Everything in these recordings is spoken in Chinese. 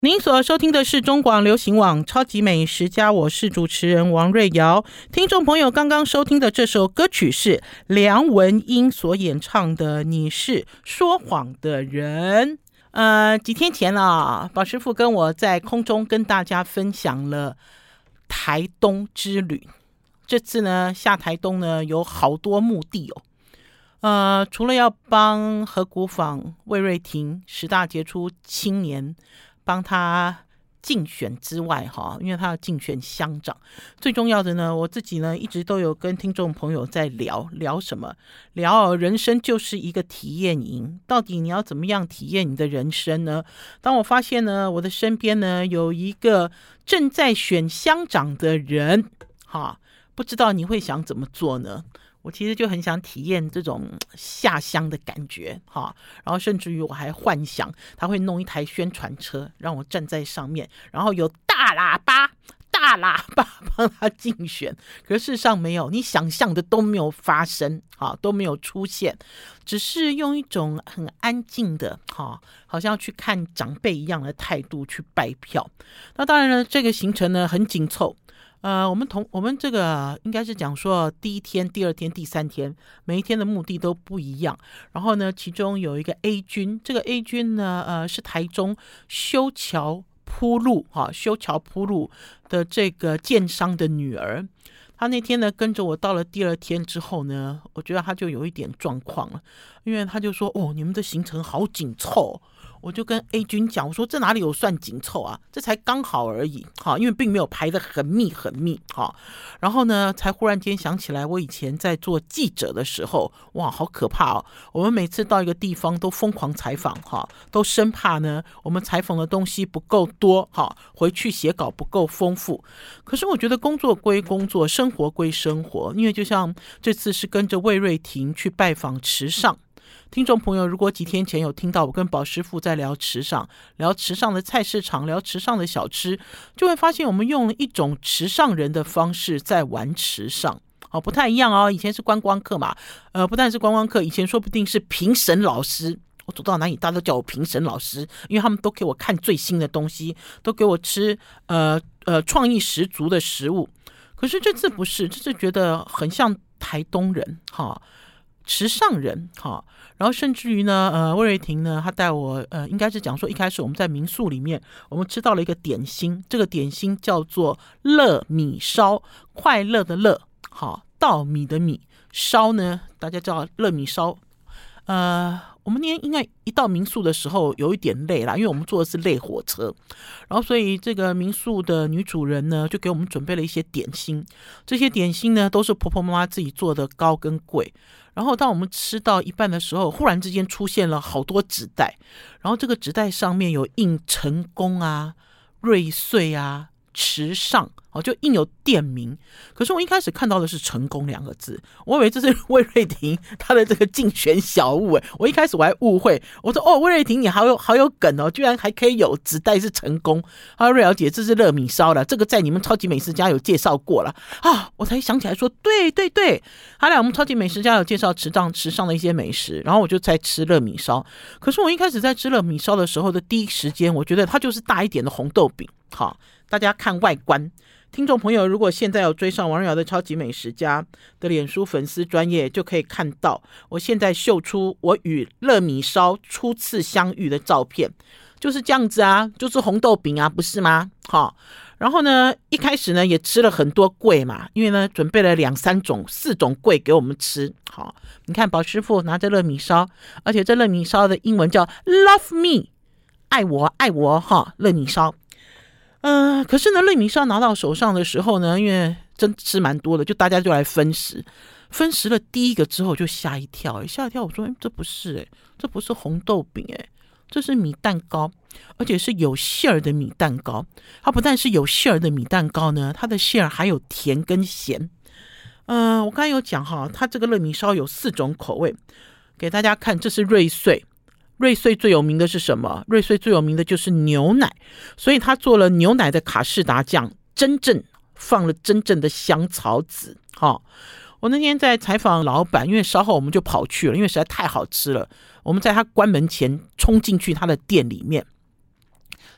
您所收听的是中广流行网超级美食家，我是主持人王瑞瑶。听众朋友刚刚收听的这首歌曲是梁文音所演唱的《你是说谎的人》。几天前宝师傅跟我在空中跟大家分享了台东之旅。这次呢，下台东呢有好多目的除了要帮河谷坊魏瑞婷10大杰出青年帮他竞选之外因为他要竞选乡长，最重要的呢，我自己呢一直都有跟听众朋友在聊什么，聊人生就是一个体验营，到底你要怎么样体验你的人生呢？当我发现呢，我的身边呢有一个正在选乡长的人不知道你会想怎么做呢？我其实就很想体验这种下乡的感觉然后甚至于我还幻想他会弄一台宣传车让我站在上面，然后有大喇叭帮他竞选。可是事实上没有，你想象的都没有发生都没有出现，只是用一种很安静的好像去看长辈一样的态度去拜票。那当然呢，这个行程呢很紧凑。我们这个应该是讲说第一天、第二天、第三天，每一天的目的都不一样。然后呢，其中有一个 A 君，这个 A 君呢，是台中修桥铺路的这个建商的女儿。他那天呢跟着我到了第二天之后呢，我觉得他就有一点状况了，因为他就说你们的行程好紧凑我就跟 A 君讲，我说这哪里有算紧凑啊，这才刚好而已因为并没有排得很密然后呢才忽然间想起来，我以前在做记者的时候，哇好可怕我们每次到一个地方都疯狂采访都生怕呢我们采访的东西不够多回去写稿不够丰富。可是我觉得工作归工作，生活归生活，因为就像这次是跟着魏瑞婷去拜访池上。听众朋友如果几天前有听到我跟宝师傅在聊池上的菜市场，聊池上的小吃，就会发现我们用了一种池上人的方式在玩池上不太一样以前是观光客嘛，不但是观光客，以前说不定是评审老师，我走到哪里大家都叫我评审老师，因为他们都给我看最新的东西，都给我吃创意十足的食物。可是这次不是，这次觉得很像台东人池上人然后甚至于呢魏瑞婷呢他带我应该是讲说一开始我们在民宿里面我们吃到了一个点心，这个点心叫做乐米烧，快乐的乐稻米的米，烧呢大家知道乐米烧。我们那天应该一到民宿的时候有一点累啦，因为我们坐的是类火车，然后所以这个民宿的女主人呢就给我们准备了一些点心，这些点心呢都是婆婆妈妈自己做的高跟贵。然后当我们吃到一半的时候，忽然之间出现了好多纸袋，然后这个纸袋上面有印成功瑞穗池上就印有店名。可是我一开始看到的是成功2个字，我以为这是魏瑞婷她的这个竞选小物我一开始我还误会，我说魏瑞婷你好有梗居然还可以有纸袋是成功。他说瑞瑶姐这是乐米烧了，这个在你们超级美食家有介绍过了我才想起来说对，他来我们超级美食家有介绍池上的一些美食，然后我就在吃乐米烧。可是我一开始在吃乐米烧的时候的第一时间，我觉得它就是大一点的红豆饼大家看外观。听众朋友如果现在有追上王瑞瑶的超级美食家的脸书粉丝专页，就可以看到我现在秀出我与乐米烧初次相遇的照片，就是这样子就是红豆饼不是吗然后呢一开始呢也吃了很多桂嘛，因为呢准备了2-3种4种桂给我们吃你看宝师傅拿着乐米烧，而且这乐米烧的英文叫 Love Me， 爱我乐米烧。可是呢乐米烧拿到手上的时候呢，因为真吃蛮多的，就大家就来分食了第一个之后就吓一跳，我说这不是红豆饼这是米蛋糕，而且是有馅儿的米蛋糕。它不但是有馅儿的米蛋糕呢，它的馅儿还有甜跟咸。我刚才有讲它这个乐米烧有4种口味给大家看，这是瑞穗最有名的是什么？瑞穗最有名的就是牛奶，所以他做了牛奶的卡士达酱，放了真正的香草籽我那天在采访老板，因为稍后我们就跑去了，因为实在太好吃了，我们在他关门前冲进去他的店里面。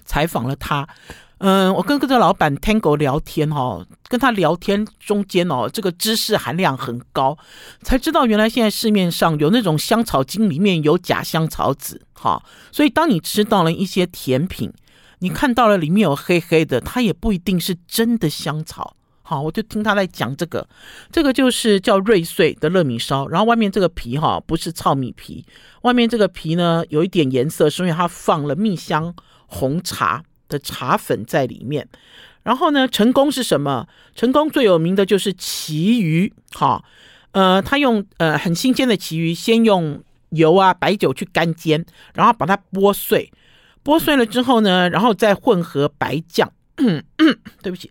采访了他。我跟这个老板 Tango 聊天跟他聊天中间这个知识含量很高，才知道原来现在市面上有那种香草精里面有假香草籽所以当你吃到了一些甜品，你看到了里面有黑黑的，它也不一定是真的香草。我就听他在讲这个就是叫瑞穗的乐米烧，然后外面这个皮不是糙米皮，外面这个皮呢有一点颜色，是因为它放了蜜香红茶的茶粉在里面。然后呢，成功是什么？成功最有名的就是旗鱼他用很新鲜的旗鱼，先用油白酒去干煎，然后把它剥碎了之后呢，然后再混合白酱对不起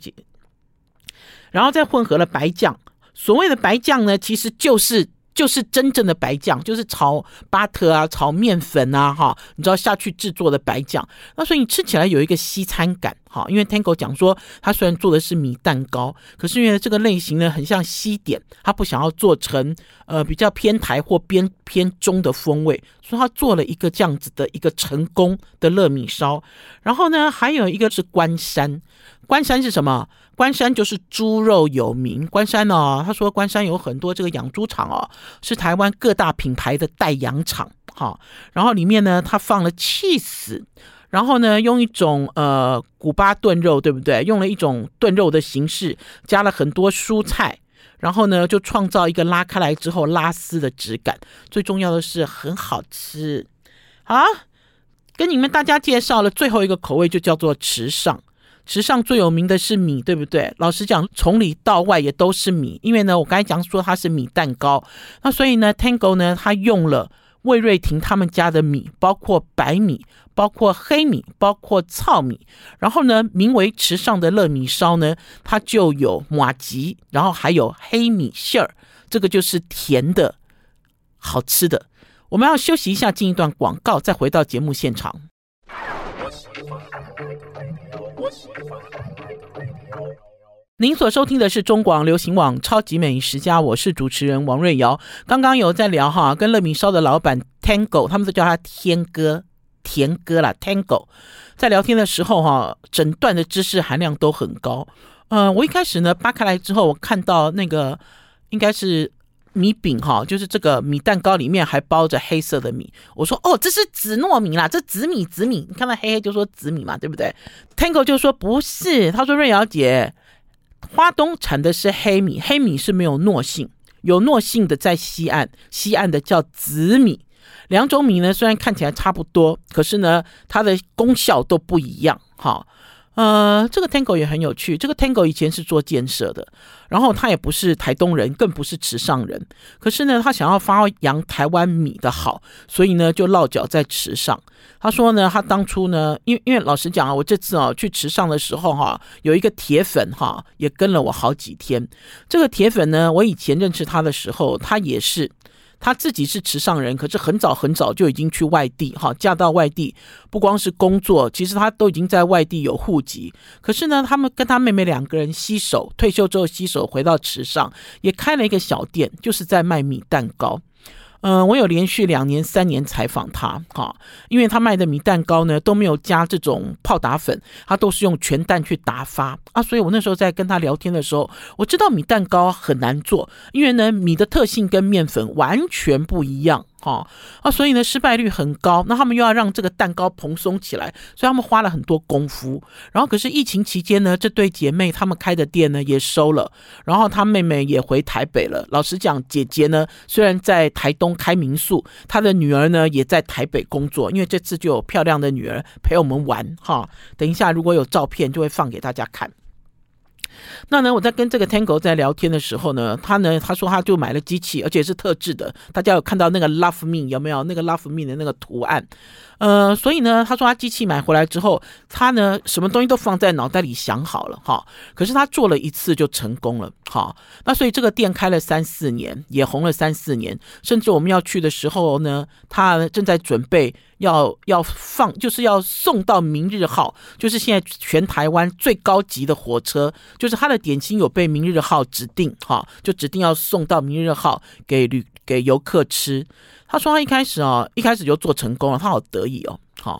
然后再混合了白酱。所谓的白酱呢，其实就是真正的白酱，就是炒巴特炒面粉你知道下去制作的白酱。那所以你吃起来有一个西餐感因为 Tango 讲说他虽然做的是米蛋糕，可是因为这个类型呢很像西点，他不想要做成比较偏台或偏中的风味，所以他做了一个这样子的一个成功的乐米烧。然后呢还有一个是关山是什么？关山就是猪肉有名。关山他说关山有很多这个养猪场是台湾各大品牌的代养场然后里面呢他放了cheese，然后呢用一种古巴炖肉，对不对？用了一种炖肉的形式，加了很多蔬菜，然后呢就创造一个拉开来之后拉丝的质感，最重要的是很好吃。好，跟你们大家介绍了最后一个口味，就叫做池上。池上最有名的是米，对不对？老实讲，从里到外也都是米，因为呢我刚才讲说它是米蛋糕，那所以呢 Tango 呢他用了魏瑞婷他们家的米，包括白米，包括黑米，包括糙米，然后呢名为池上的乐米烧呢，它就有麻糬，然后还有黑米馅儿，这个就是甜的好吃的。我们要休息一下，进一段广告，再回到节目现场。您所收听的是中广流行网超级美食家，我是主持人王瑞瑶。刚刚有在聊跟乐米烧的老板 Tango， 他们都叫他田哥啦 Tango。 在聊天的时候整段的知识含量都很高。我一开始呢扒开来之后，我看到那个应该是米饼就是这个米蛋糕里面还包着黑色的米，我说这是紫糯米啦，这紫米，你看到黑黑就说紫米嘛，对不对？ Tango 就说不是，他说瑞瑶姐，花东产的是黑米，黑米是没有糯性，有糯性的在西岸的叫紫米。两种米呢虽然看起来差不多，可是呢它的功效都不一样这个 Tango 也很有趣。这个 Tango 以前是做建设的，然后他也不是台东人，更不是池上人，可是呢他想要发扬台湾米的好，所以呢就落脚在池上。他说呢他当初呢因为老实讲我这次去池上的时候有一个铁粉也跟了我好几天。这个铁粉呢，我以前认识他的时候，他自己是池上人，可是很早就已经去外地嫁到外地，不光是工作，其实他都已经在外地有户籍。可是呢他们跟他妹妹两个人携手，退休之后携手回到池上，也开了一个小店，就是在卖米蛋糕。我有连续2年3年采访他因为他卖的米蛋糕呢都没有加这种泡打粉，他都是用全蛋去打发所以我那时候在跟他聊天的时候，我知道米蛋糕很难做，因为呢米的特性跟面粉完全不一样所以呢失败率很高。那他们又要让这个蛋糕蓬松起来，所以他们花了很多功夫。然后可是疫情期间呢，这对姐妹他们开的店呢也收了，然后她妹妹也回台北了。老实讲，姐姐呢虽然在台东开民宿，她的女儿呢也在台北工作，因为这次就有漂亮的女儿陪我们玩等一下如果有照片就会放给大家看。那呢我在跟这个 Tango 在聊天的时候呢，他说他就买了机器，而且是特制的，大家有看到那个 Love Me 有没有？那个 Love Me 的那个图案所以呢他说他机器买回来之后，他呢什么东西都放在脑袋里想好了可是他做了一次就成功了那所以这个店开了3-4年，也红了3-4年，甚至我们要去的时候呢，他正在准备要放，就是要送到明日号，就是现在全台湾最高级的火车，就是他的点心有被明日号指定就指定要送到明日号给游客吃。他说他一开始就做成功了，他好得意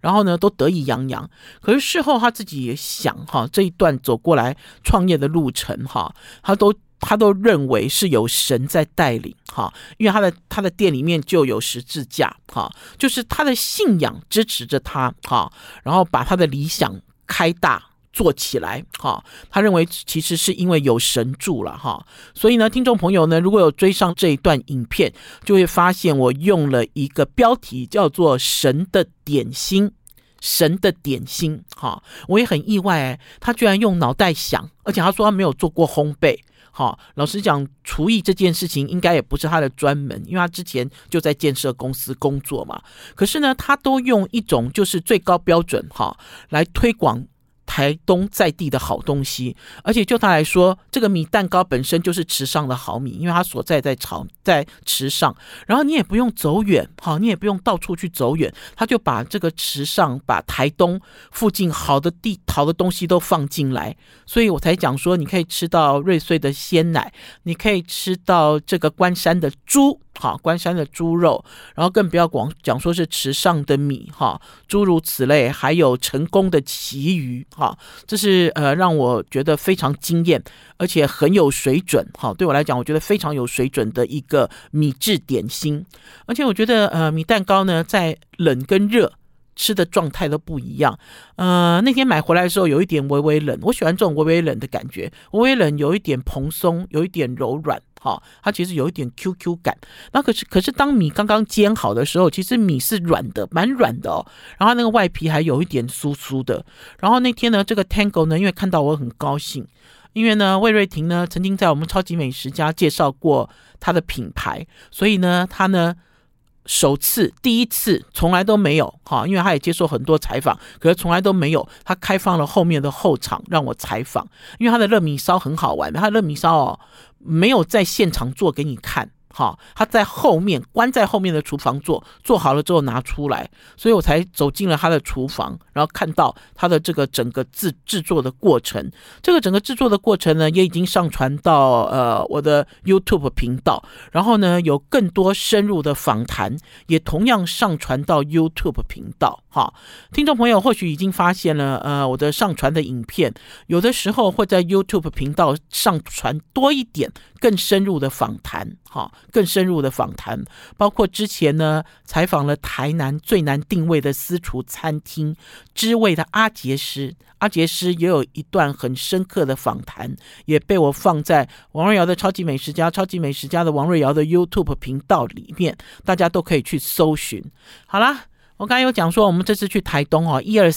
然后呢都得意洋洋。可是事后他自己也想这一段走过来创业的路程他都认为是有神在带领因为他的店里面就有十字架就是他的信仰支持着他然后把他的理想开大做起来他认为其实是因为有神助了所以呢听众朋友呢如果有追上这一段影片，就会发现我用了一个标题叫做神的点心，神的点心我也很意外他居然用脑袋想，而且他说他没有做过烘焙老实讲厨艺这件事情应该也不是他的专门，因为他之前就在建设公司工作嘛。可是呢他都用一种就是最高标准来推广台东在地的好东西，而且就他来说，这个米蛋糕本身就是池上的好米，因为他所在在池上，然后你也不用走远你也不用到处去走远，他就把这个池上把台东附近好的东西都放进来，所以我才讲说你可以吃到瑞穗的鲜奶，你可以吃到这个关山的猪关山的猪肉，然后更不要讲说是池上的米诸如此类，还有成功的旗鱼这是让我觉得非常惊艳，而且很有水准对我来讲我觉得非常有水准的一个米制点心。而且我觉得米蛋糕呢在冷跟热吃的状态都不一样。那天买回来的时候有一点微微冷，我喜欢这种微微冷的感觉，微微冷有一点蓬松，有一点柔软它其实有一点 QQ 感。那可是当米刚刚煎好的时候，其实米是软的，蛮软的然后那个外皮还有一点酥酥的。然后那天呢这个 Tango 呢因为看到我很高兴，因为呢魏瑞婷呢曾经在我们超级美食家介绍过他的品牌，所以呢他呢第一次从来都没有因为他也接受很多采访，可是从来都没有他开放了后面的后场让我采访。因为他的热米烧很好玩，他的热米烧没有在现场做给你看他在后面关在后面的厨房做好了之后拿出来，所以我才走进了他的厨房，然后看到他的这个整个制作的过程。这个整个制作的过程呢也已经上传到我的 YouTube 频道，然后呢有更多深入的访谈也同样上传到 YouTube 频道听众朋友或许已经发现了我的上传的影片有的时候会在 YouTube 频道上传多一点更深入的访谈更深入的访谈，包括之前呢采访了台南最难定位的私厨餐厅知味的阿杰师也有一段很深刻的访谈，也被我放在王瑞瑶的超级美食家的王瑞瑶的 YouTube 频道里面，大家都可以去搜寻。好啦，我刚才有讲说我们这次去台东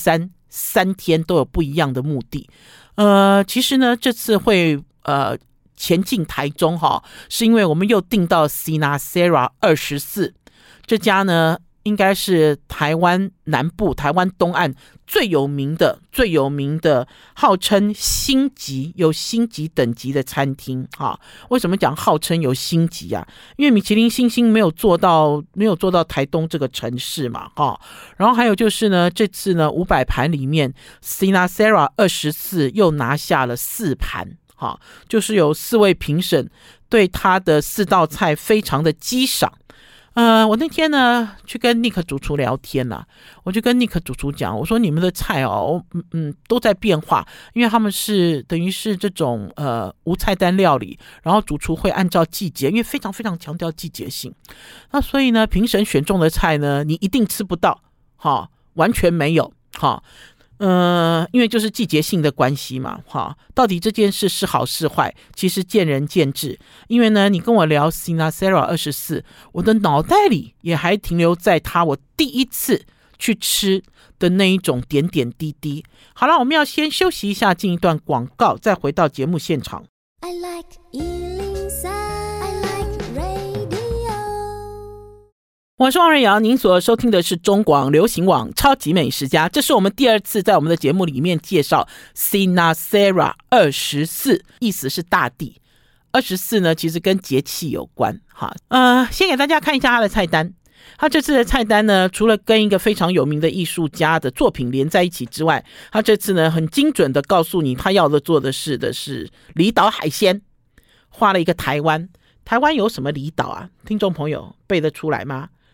1、2、3天都有不一样的目的。其实呢这次会前进台中是因为我们又订到 Sinasera 24，这家呢应该是台湾南部台湾东岸最有名的号称有星级等级的餐厅为什么讲号称有星级啊？因为米其林星星没有做到台东这个城市嘛然后还有就是呢这次呢500盘里面 Sinasera 24又拿下了4盘就是有4位评审对他的4道菜非常的激赏。我那天呢去跟 Nick 主厨聊天啦，我就跟 Nick 主厨讲，我说你们的菜都在变化，因为他们是等于是这种无菜单料理，然后主厨会按照季节，因为非常非常强调季节性，那所以呢评审选中的菜呢你一定吃不到完全没有因为就是季节性的关系嘛到底这件事是好是坏其实见仁见智。因为呢你跟我聊 Sinasera 24，我的脑袋里也还停留在我第一次去吃的那一种点点滴滴。好了，我们要先休息一下，进一段广告，再回到节目现场。 I like 103, I like radio。 我是王瑞瑶，您所收听的是中广流行网超级美食家，这是我们第2次在我们的节目里面介绍 Sinasera 24，意思是大地。24呢其实跟节气有关先给大家看一下它的菜单。他这次的菜单呢除了跟一个非常有名的艺术家的作品连在一起之外，他这次呢很精准的告诉你他要做的是离岛海鲜，画了一个台湾有什么离岛啊？听众朋友背得出来吗？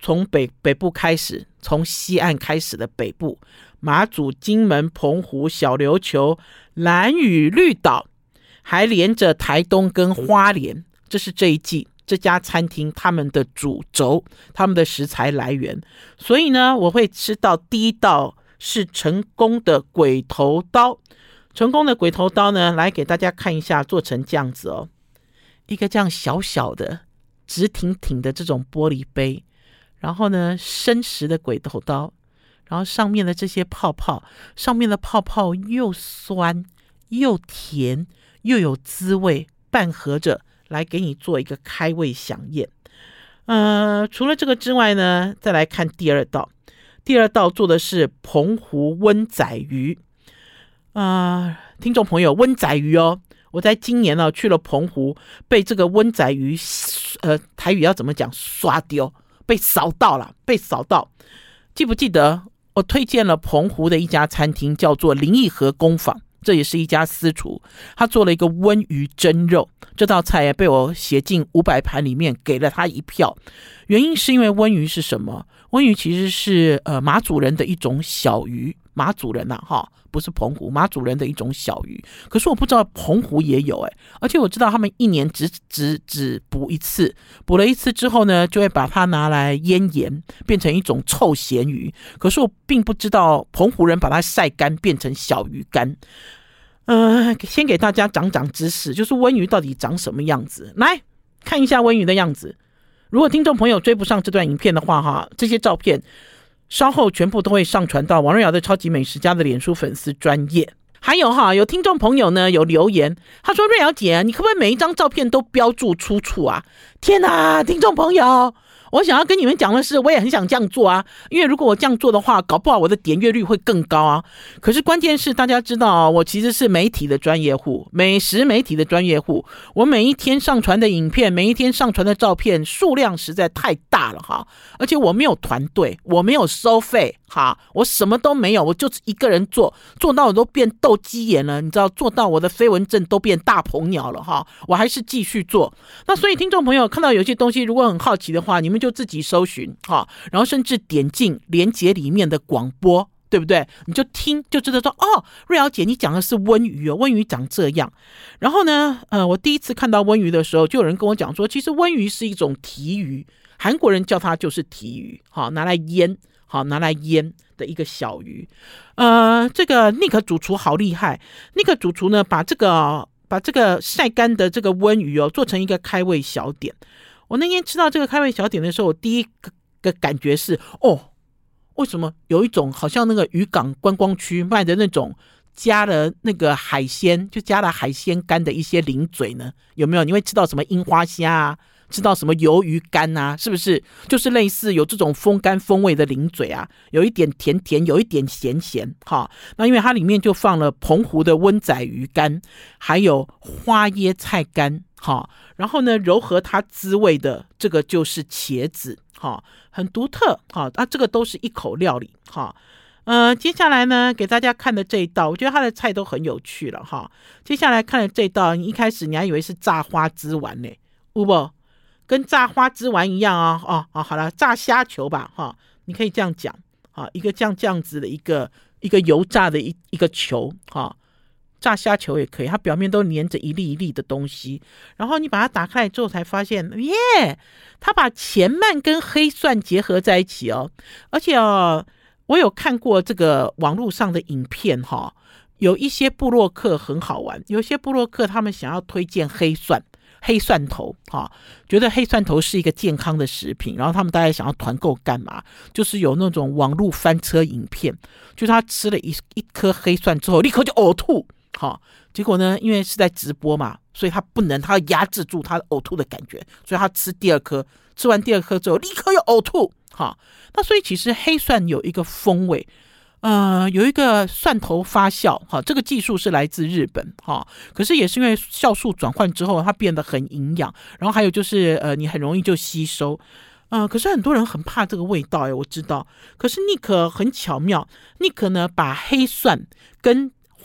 从北部开始，从西岸开始的北部，马祖、金门、澎湖、小琉球、兰屿、绿岛，还连着台东跟花莲，这是这一季这家餐厅他们的主轴，他们的食材来源。所以呢，我会吃到第一道是成功的鬼头刀。成功的鬼头刀呢，来给大家看一下，做成这样子哦，一个这样小小的直挺挺的这种玻璃杯，然后呢生食的鬼头刀，然后上面的这些泡泡，上面的泡泡又酸又甜又有滋味，拌合着来给你做一个开胃享宴。除了这个之外呢，再来看第二道。第二道做的是澎湖温仔鱼。听众朋友，温仔鱼哦，我在今年去了澎湖，被这个温仔鱼台语要怎么讲，刷丢，被扫到了，被扫到。记不记得我推荐了澎湖的一家餐厅，叫做林义和工坊，这也是一家私厨，他做了一个温鱼蒸肉，这道菜也被我写进500盘里面，给了他1票。原因是因为温鱼是什么？温鱼其实是马祖人的一种小鱼，马祖人不是澎湖，马祖人的一种小鱼。可是我不知道澎湖也有而且我知道他们一年只捕一次，捕了一次之后呢，就会把它拿来腌盐，变成一种臭咸鱼。可是我并不知道澎湖人把它晒干变成小鱼干。先给大家长知识，就是温鱼到底长什么样子。来看一下温鱼的样子。如果听众朋友追不上这段影片的话这些照片稍后全部都会上传到王瑞瑶的超级美食家的脸书粉丝专页。还有有听众朋友呢有留言，他说瑞瑶姐，你可不可以每一张照片都标注出处啊？天哪，听众朋友，我想要跟你们讲的是，我也很想这样做啊，因为如果我这样做的话，搞不好我的点阅率会更高啊。可是关键是大家知道我其实是媒体的专业户，美食媒体的专业户，我每一天上传的影片，每一天上传的照片数量实在太大了而且我没有团队，我没有收费我什么都没有，我就一个人做到我都变斗鸡眼了，你知道，做到我的飞蚊症都变大鹏鸟了我还是继续做。那所以听众朋友看到有些东西如果很好奇的话，你们就自己搜寻然后甚至点进连结里面的广播，对不对？你就听就知道说，瑞瑶姐你讲的是温鱼温鱼长这样。然后呢我第一次看到温鱼的时候，就有人跟我讲说，其实温鱼是一种提鱼，韩国人叫它就是提鱼拿来腌的一个小鱼。这个 Nick 主厨好厉害， Nick 主厨呢把这个晒干的这个温鱼做成一个开胃小点。我那天吃到这个开胃小点的时候，我第一个感觉是为什么有一种好像那个渔港观光区卖的那种加了那个海鲜，就加了海鲜干的一些零嘴呢？有没有？你会吃到什么樱花虾啊，吃到什么鱿鱼干啊，是不是就是类似有这种风干风味的零嘴啊，有一点甜甜，有一点咸咸那因为它里面就放了澎湖的温仔鱼干，还有花椰菜干然后呢柔和它滋味的这个就是茄子很独特这个都是一口料理接下来呢给大家看的这一道，我觉得它的菜都很有趣了接下来看的这一道，你一开始你还以为是炸花枝丸呢，有没有？跟炸花枝丸一样好了，炸虾球吧你可以这样讲一个这样子的一个油炸的一个球炸虾球也可以，它表面都粘着一粒一粒的东西，然后你把它打开来之后才发现它把前鳗跟黑蒜结合在一起而且我有看过这个网络上的影片有一些部落客很好玩，有些部落客他们想要推荐黑蒜头觉得黑蒜头是一个健康的食品，然后他们大概想要团购干嘛，就是有那种网络翻车影片，就是他吃了一颗黑蒜之后立刻就呕吐结果呢因为是在直播嘛，所以他要压制住他呕吐的感觉，所以他吃第二颗，吃完第二颗之后立刻又呕吐那所以其实黑蒜有一个风味有一个蒜头发酵这个技术是来自日本可是也是因为酵素转换之后它变得很营养，然后还有就是你很容易就吸收可是很多人很怕这个味道我知道。可是Nick很巧妙，Nick呢把黑蒜跟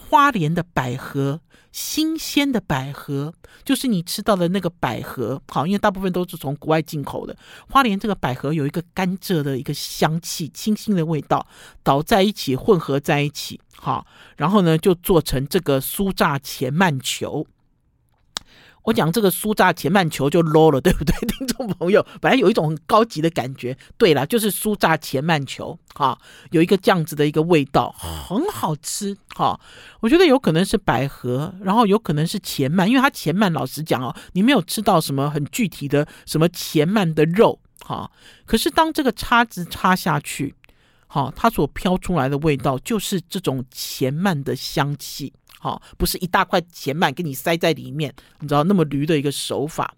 花莲的百合，新鲜的百合，就是你吃到的那个百合，好，因为大部分都是从国外进口的。花莲这个百合有一个甘蔗的一个香气，清新的味道，倒在一起，混合在一起，好，然后呢就做成这个酥炸前鳗球。我讲这个酥炸前鳗球就 low 了，对不对？听众朋友，本来有一种很高级的感觉，对啦，就是酥炸前鳗球，有一个这样子的一个味道，很好吃，我觉得有可能是百合，然后有可能是前鳗，因为它前鳗老实讲你没有吃到什么很具体的什么前鳗的肉，可是当这个叉子插下去，它所飘出来的味道就是这种前鳗的香气。不是一大块前鳗给你塞在里面，你知道那么驴的一个手法。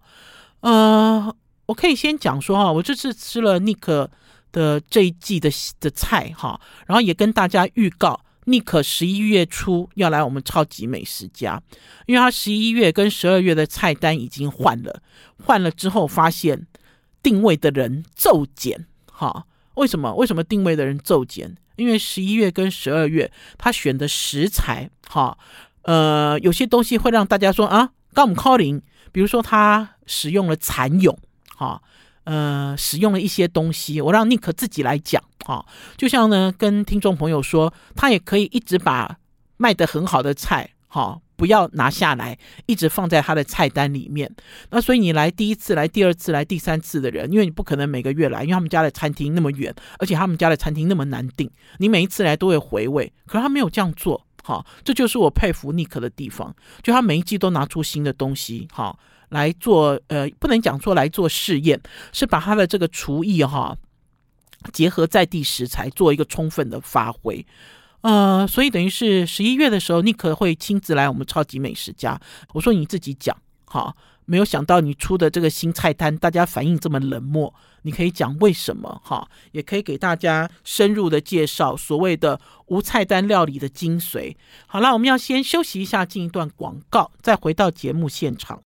我可以先讲说我这次吃了 Nick 的这一季的菜，然后也跟大家预告 Nick 11月初要来我们超级美食家，因为他11月跟12月的菜单已经换了之后发现定位的人骤减。为什么定位的人骤减？因为11月跟12月他选的食材有些东西会让大家说干嘛靠零，比如说他使用了蚕蛹，使用了一些东西，我让 Nick 自己来讲，就像呢跟听众朋友说，他也可以一直把卖得很好的菜不要拿下来，一直放在他的菜单里面。那所以你来第一次、来第二次、来第三次的人，因为你不可能每个月来，因为他们家的餐厅那么远，而且他们家的餐厅那么难订，你每一次来都会回味。可是他没有这样做，这就是我佩服 Nick 的地方，就他每一季都拿出新的东西，来做不能讲说来做试验，是把他的这个厨艺结合在地食材，做一个充分的发挥。所以等于是11月的时候 Nick 会亲自来我们超级美食家，我说你自己讲，没有想到你出的这个新菜单大家反应这么冷漠，你可以讲为什么，也可以给大家深入的介绍所谓的无菜单料理的精髓。好了，我们要先休息一下，进一段广告，再回到节目现场。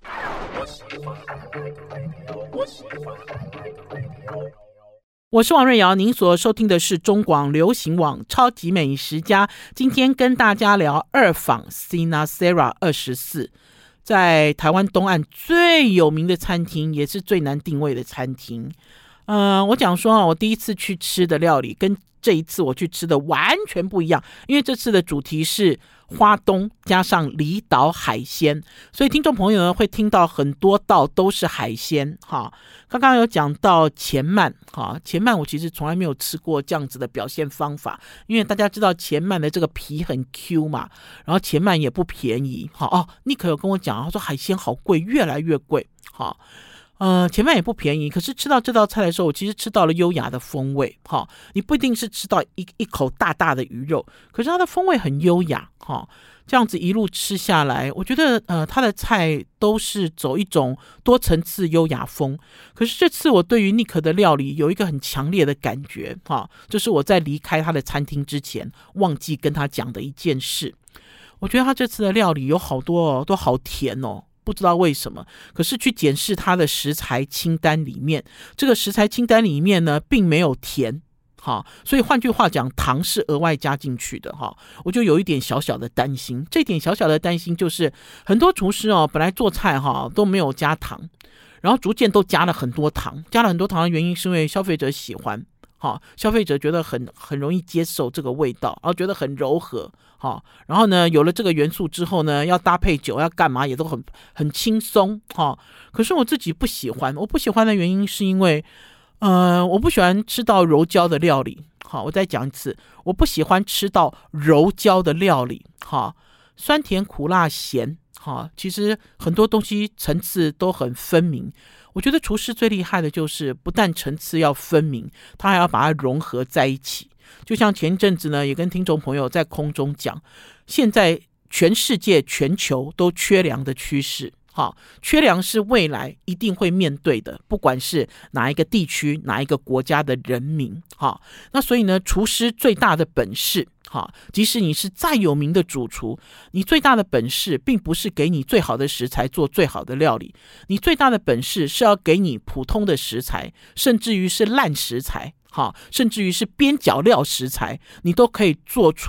我是王瑞瑶，您所收听的是中广流行网超级美食家。今天跟大家聊二坊 Sinasera 24，在台湾东岸最有名的餐厅，也是最难定位的餐厅。我讲说我第一次去吃的料理跟这一次我去吃的完全不一样，因为这次的主题是花东加上离岛海鲜，所以听众朋友呢会听到很多道都是海鲜。刚刚有讲到前鳗，前鳗我其实从来没有吃过这样子的表现方法，因为大家知道前鳗的这个皮很 Q 嘛，然后前鳗也不便宜。Nick 有跟我讲，他说海鲜好贵，越来越贵。前面也不便宜，可是吃到这道菜的时候，我其实吃到了优雅的风味。你不一定是吃到一口大大的鱼肉，可是它的风味很优雅。这样子一路吃下来，我觉得它的菜都是走一种多层次优雅风。可是这次我对于 Nick 的料理有一个很强烈的感觉，就是我在离开他的餐厅之前忘记跟他讲的一件事。我觉得他这次的料理有好多都好甜不知道为什么，可是去检视它的食材清单里面，这个食材清单里面呢并没有甜，所以换句话讲，糖是额外加进去的，我就有一点小小的担心。这点小小的担心就是很多厨师本来做菜都没有加糖，然后逐渐都加了很多糖，加了很多糖的原因是因为消费者喜欢，消费者觉得很容易接受这个味道，然后觉得很柔和。然后呢有了这个元素之后呢，要搭配酒要干嘛也都很轻松。可是我自己不喜欢，我不喜欢的原因是因为我不喜欢吃到柔焦的料理。我再讲一次，我不喜欢吃到柔焦的料理。酸甜苦辣咸，其实很多东西层次都很分明。我觉得厨师最厉害的就是不但层次要分明，他还要把它融合在一起。就像前一阵子呢，也跟听众朋友在空中讲，现在全世界全球都缺粮的趋势。缺粮是未来一定会面对的，不管是哪一个地区哪一个国家的人民。那所以呢，厨师最大的本事，即使你是再有名的主厨，你最大的本事并不是给你最好的食材做最好的料理，你最大的本事是要给你普通的食材，甚至于是烂食材，甚至于是边角料食材，你都可以做出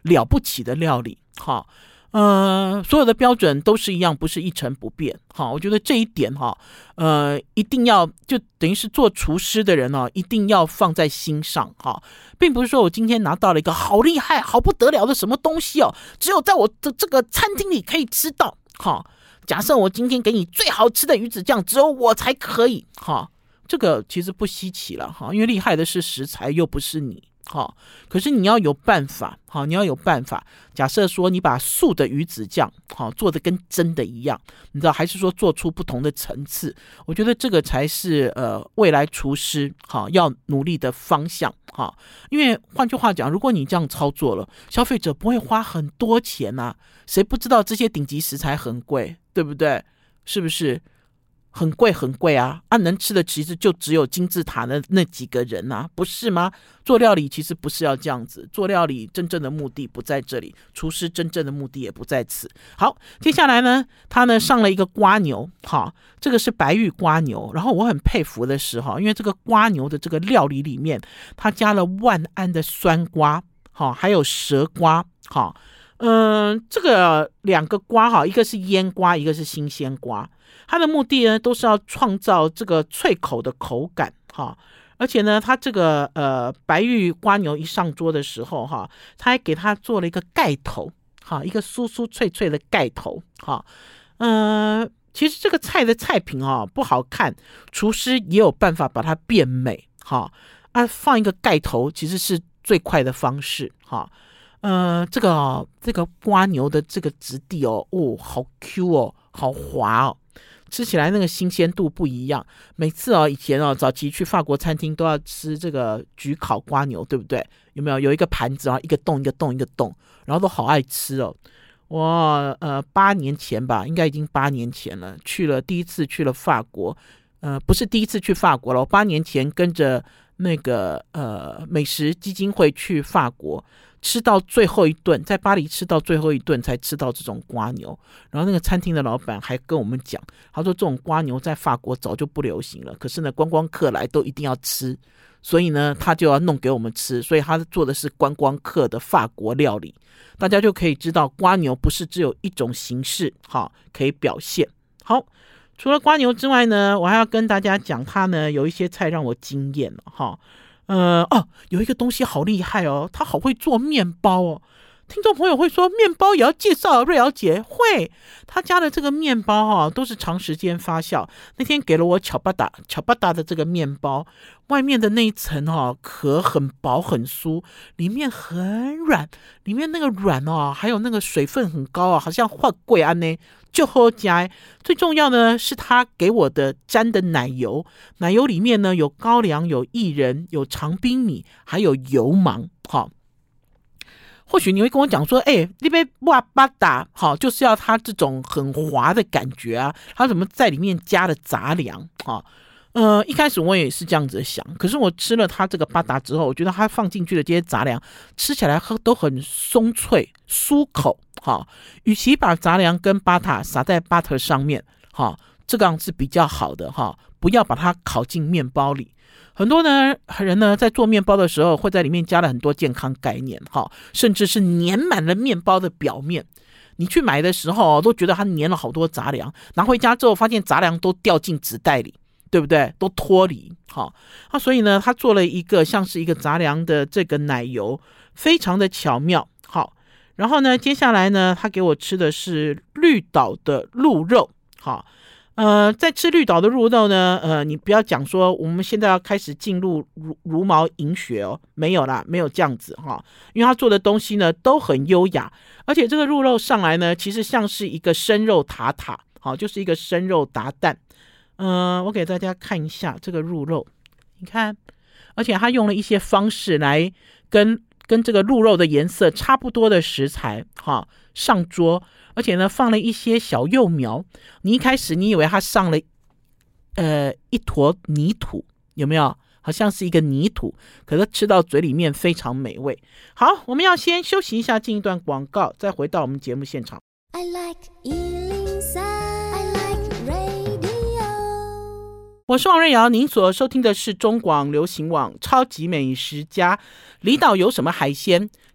了不起的料理。好，所有的标准都是一样，不是一成不变。好，我觉得这一点一定要就等于是做厨师的人一定要放在心上。并不是说我今天拿到了一个好厉害、好不得了的什么东西只有在我的这个餐厅里可以吃到。假设我今天给你最好吃的鱼子酱，只有我才可以。这个其实不稀奇了因为厉害的是食材，又不是你。可是你要有办法，你要有办法。假设说你把素的鱼子酱做得跟真的一样，你知道，还是说做出不同的层次，我觉得这个才是未来厨师要努力的方向。因为换句话讲，如果你这样操作了，消费者不会花很多钱啊，谁不知道这些顶级食材很贵，对不对？是不是很贵很贵啊？能吃的其实就只有金字塔的那几个人啊，不是吗？做料理其实不是要这样子，做料理真正的目的不在这里，厨师真正的目的也不在此。好，接下来呢，他呢上了一个瓜牛，这个是白玉瓜牛。然后我很佩服的是因为这个瓜牛的这个料理里面，他加了万安的酸瓜，还有蛇瓜，这个两个瓜一个是腌瓜，一个是新鲜瓜。它的目的呢，都是要创造这个脆口的口感而且呢，它这个白玉瓜牛一上桌的时候它还给它做了一个盖头一个酥酥脆脆的盖头其实这个菜的菜品不好看，厨师也有办法把它变美放一个盖头其实是最快的方式这个瓜牛的这个质地好 Q 好滑吃起来那个新鲜度不一样。每次以前早期去法国餐厅都要吃这个焗烤瓜牛，对不对？有没有？有一个盘子一个洞一个洞一个洞，然后都好爱吃我8年前吧，应该已经8年前了，第一次去了法国。不是第一次去法国了，我8年前跟着那个美食基金会去法国，吃到最后一顿，在巴黎吃到最后一顿才吃到这种瓜牛。然后那个餐厅的老板还跟我们讲，他说这种瓜牛在法国早就不流行了，可是呢观光客来都一定要吃，所以呢他就要弄给我们吃，所以他做的是观光客的法国料理。大家就可以知道瓜牛不是只有一种形式可以表现。好，除了瓜牛之外呢，我还要跟大家讲，它呢有一些菜让我惊艳了有一个东西好厉害它好会做面包听众朋友会说面包也要介绍瑞瑶姐，会，他家的这个面包都是长时间发酵。那天给了我巧巴达的这个面包，外面的那一层壳很薄很酥，里面很软，里面那个软还有那个水分很高好像化贵呢，就好吃。最重要的是他给我的沾的奶油里面呢有高粱，有薏仁，有长冰米，还有油芒或许你会跟我讲说你被哇巴达就是要它这种很滑的感觉它怎么在里面加了杂粮一开始我也是这样子想，可是我吃了它这个巴达之后，我觉得它放进去的这些杂粮吃起来都很松脆酥口与其把杂粮跟巴塔撒在 butter 上面这个样是比较好的不要把它烤进面包里。很多人呢在做面包的时候会在里面加了很多健康概念甚至是粘满了面包的表面。你去买的时候都觉得它粘了好多杂粮，拿回家之后发现杂粮都掉进纸袋里，对不对？都脱离所以呢他做了一个像是一个杂粮的这个奶油，非常的巧妙然后呢接下来呢他给我吃的是绿岛的鹿肉在吃绿岛的鹿肉呢你不要讲说我们现在要开始进入茹毛饮血没有啦，没有这样子因为他做的东西呢都很优雅，而且这个鹿肉上来呢其实像是一个生肉塔塔就是一个生肉达蛋。我给大家看一下这个鹿肉，你看，而且他用了一些方式来跟这个鹿肉的颜色差不多的食材上桌，而且呢放了一些小幼苗。你一开始你以为它上了一坨泥土，有没有？好像是一个泥土，可是吃到嘴里面非常美味。好，我们要先休息一下，进一段广告，再回到我们节目现场。 I like 103, I like radio。 我是王瑞瑶，您所收听的是中广流行网超级美食家。离岛有什么海鲜？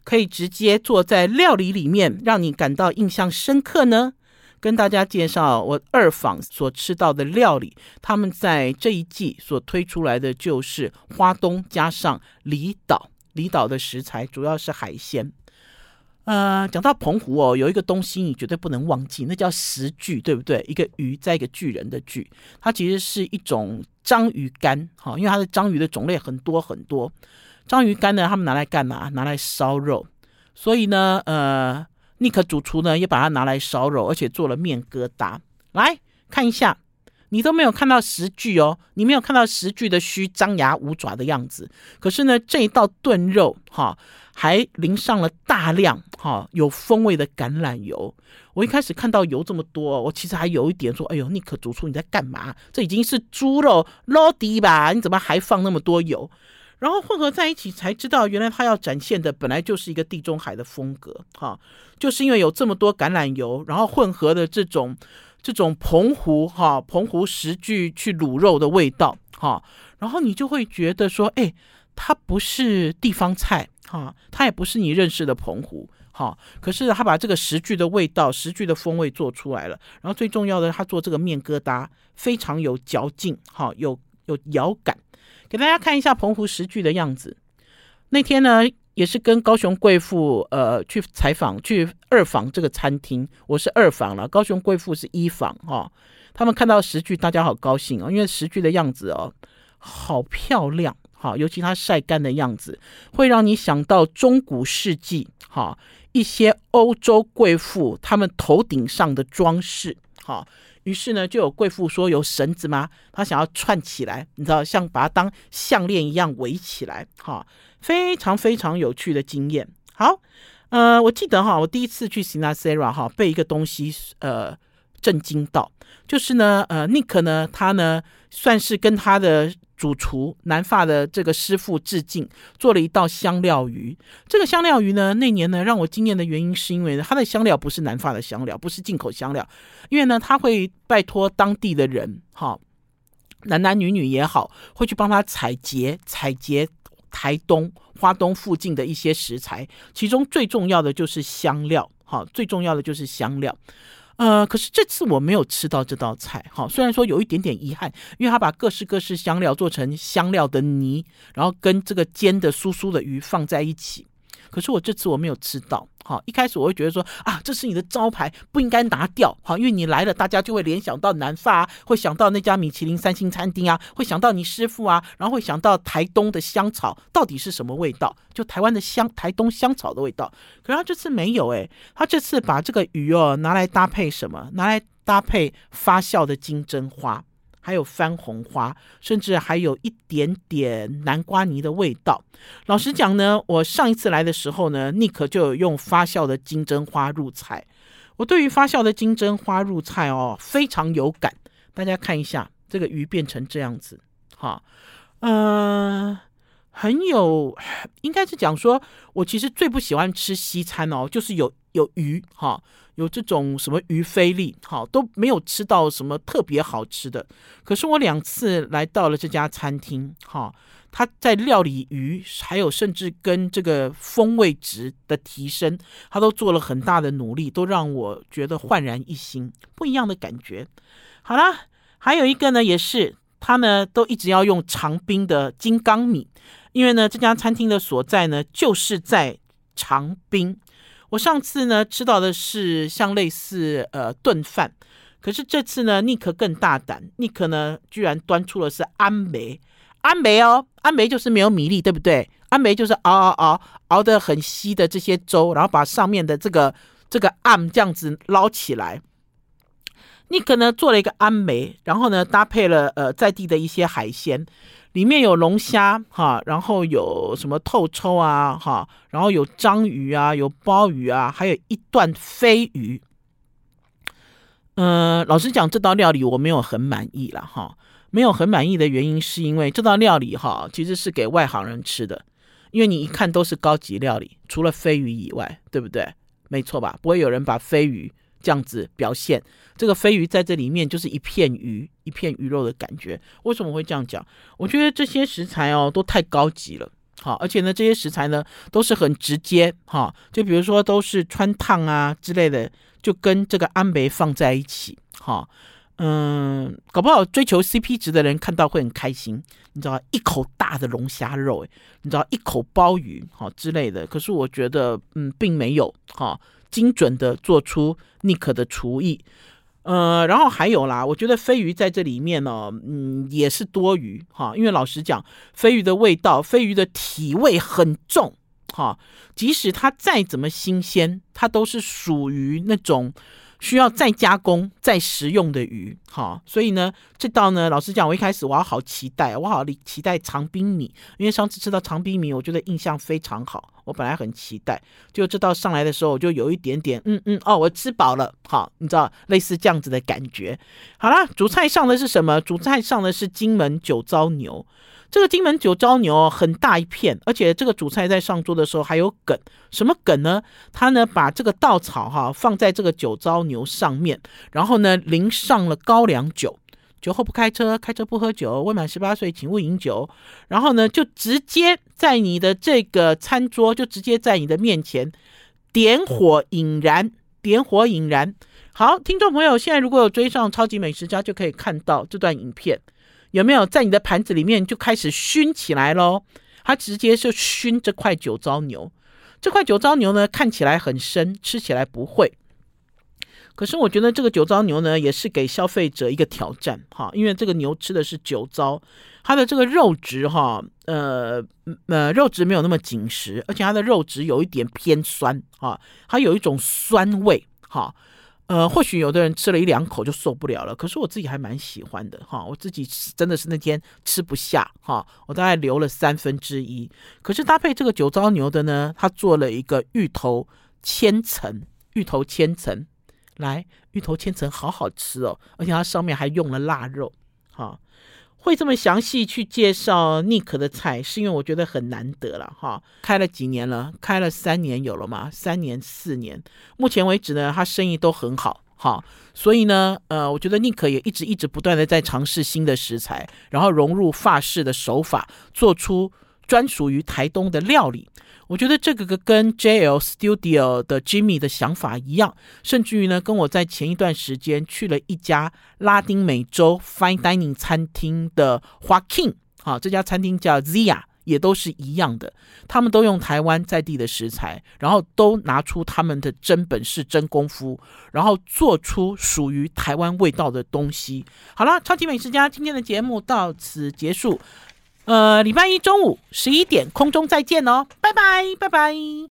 可以直接做在料理里面，让你感到印象深刻呢？跟大家介绍我二访所吃到的料理，他们在这一季所推出来的就是花东加上离岛的食材，主要是海鲜。讲到澎湖有一个东西你绝对不能忘记，那叫石具，对不对？一个鱼在一个巨人的巨，它其实是一种章鱼干，因为它的章鱼的种类很多很多。章鱼干呢，他们拿来干嘛？拿来烧肉。所以呢，尼克主厨呢也把它拿来烧肉，而且做了面疙瘩。来看一下，你都没有看到石具你没有看到石具的须张牙舞爪的样子。可是呢，这一道炖肉还淋上了大量有风味的橄榄油。我一开始看到油这么多，我其实还有一点说，哎呦，尼克主厨你在干嘛？这已经是猪肉肉底吧？你怎么还放那么多油？然后混合在一起才知道，原来他要展现的本来就是一个地中海的风格就是因为有这么多橄榄油，然后混合的这种澎湖石具去卤肉的味道然后你就会觉得说，它不是地方菜它也不是你认识的澎湖可是他把这个石具的味道、石具的风味做出来了。然后最重要的，他做这个面疙瘩非常有嚼劲有咬感。给大家看一下澎湖石具的样子。那天呢，也是跟高雄贵妇去采访，去二访这个餐厅。我是二访了，高雄贵妇是一访他们看到石具，大家好高兴因为石具的样子好漂亮尤其它晒干的样子，会让你想到中古世纪一些欧洲贵妇他们头顶上的装饰于是呢，就有贵妇说有绳子吗？她想要串起来，你知道，像把它当项链一样围起来非常非常有趣的经验。好，我记得我第一次去 Sinasera 被一个东西震惊到，就是呢Nick 呢，他呢算是跟他的主厨南法的这个师傅致敬，做了一道香料鱼。这个香料鱼呢，那年呢让我惊艳的原因是因为它的香料不是南法的香料，不是进口香料，因为呢他会拜托当地的人男男女女也好，会去帮他采撷台东花东附近的一些食材，其中最重要的就是香料最重要的就是香料。可是这次我没有吃到这道菜虽然说有一点点遗憾，因为他把各式香料做成香料的泥，然后跟这个煎的酥酥的鱼放在一起，可是我这次我没有吃到一开始我会觉得说这是你的招牌，不应该拿掉因为你来了，大家就会联想到南法会想到那家米其林3星餐厅会想到你师傅然后会想到台东的香草到底是什么味道，就台湾的台东香草的味道。可是他这次没有他这次把这个鱼拿来搭配什么？拿来搭配发酵的金针花，还有番红花，甚至还有一点点南瓜泥的味道。老实讲呢，我上一次来的时候呢，Nick 就有用发酵的金针花入菜。我对于发酵的金针花入菜非常有感。大家看一下这个鱼变成这样子很有，应该是讲说，我其实最不喜欢吃西餐就是有鱼有这种什么鱼菲力都没有吃到什么特别好吃的。可是我2次来到了这家餐厅它在料理鱼，还有甚至跟这个风味值的提升，它都做了很大的努力，都让我觉得焕然一新，不一样的感觉。好啦，还有一个呢，也是它呢都一直要用长滨的金刚米，因为呢这家餐厅的所在呢就是在长滨。我上次呢吃到的是像类似炖饭，可是这次呢Nick更大胆，Nick呢居然端出了是安梅。安梅就是没有米粒，对不对？安梅就是熬得很稀的这些粥，然后把上面的这个餡这样子捞起来。Nick呢做了一个安梅，然后呢搭配了在地的一些海鲜，里面有龙虾然后有什么透抽然后有章鱼有鲍鱼还有一段飞鱼。老实讲，这道料理我没有很满意啦没有很满意的原因是因为这道料理其实是给外行人吃的，因为你一看都是高级料理，除了飞鱼以外，对不对？没错吧？不会有人把飞鱼这样子表现，这个飞鱼在这里面就是一片鱼鱼肉的感觉。为什么会这样讲？我觉得这些食材都太高级了好，而且呢，这些食材呢都是很直接，哈，就比如说都是川烫啊之类的，就跟这个安梅放在一起，哈，搞不好追求 CP 值的人看到会很开心，你知道，一口大的龙虾肉，你知道，一口鲍鱼，哈之类的。可是我觉得，并没有，哈，精准的做出Nick的厨艺。然后还有啦，我觉得鲱鱼在这里面呢，也是多余哈，因为老实讲，鲱鱼的味道，鲱鱼的体味很重哈，即使它再怎么新鲜，它都是属于那种需要再加工、再食用的鱼哈，所以呢，这道呢，老实讲，我一开始我好期待长滨米，因为上次吃到长滨米，我觉得印象非常好。我本来很期待，就这道上来的时候，我就有一点点，我吃饱了，好，你知道，类似这样子的感觉。好啦，主菜上的是什么？主菜上的是金门酒糟牛。这个金门酒糟牛很大一片，而且这个主菜在上桌的时候还有梗，什么梗呢？他呢把这个稻草放在这个酒糟牛上面，然后呢淋上了高粱酒。酒后不开车，开车不喝酒，未满18岁请勿饮酒。然后呢，就直接在你的这个餐桌，就直接在你的面前点火引燃。好，听众朋友，现在如果有追上超级美食家，就可以看到这段影片，有没有在你的盘子里面就开始熏起来咯？它直接就熏这块酒糟牛。这块酒糟牛呢，看起来很深，吃起来不会。可是我觉得这个酒糟牛呢，也是给消费者一个挑战哈，因为这个牛吃的是酒糟，它的这个肉质哈，肉质没有那么紧实，而且它的肉质有一点偏酸哈，它有一种酸味哈。或许有的人吃了1-2口就受不了了，可是我自己还蛮喜欢的哈，我自己真的是那天吃不下哈，我大概留了1/3。可是搭配这个酒糟牛的呢，它做了一个芋头千层，来，芋头千层好好吃哦，而且它上面还用了腊肉，哈，会这么详细去介绍Nick的菜，是因为我觉得很难得了哈。开了几年了？开了3年有了吗？3年4年，目前为止呢，他生意都很好哈。所以呢，我觉得Nick也一直不断的在尝试新的食材，然后融入法式的手法，做出专属于台东的料理。我觉得这个跟 JL Studio 的 Jimmy 的想法一样，甚至于呢，跟我在前一段时间去了一家拉丁美洲 Fine Dining 餐厅的 Joaquin， 这家餐厅叫 Zia， 也都是一样的，他们都用台湾在地的食材，然后都拿出他们的真本事、真功夫，然后做出属于台湾味道的东西。好了，超级美食家今天的节目到此结束。礼拜一中午11点空中再见哦，拜拜。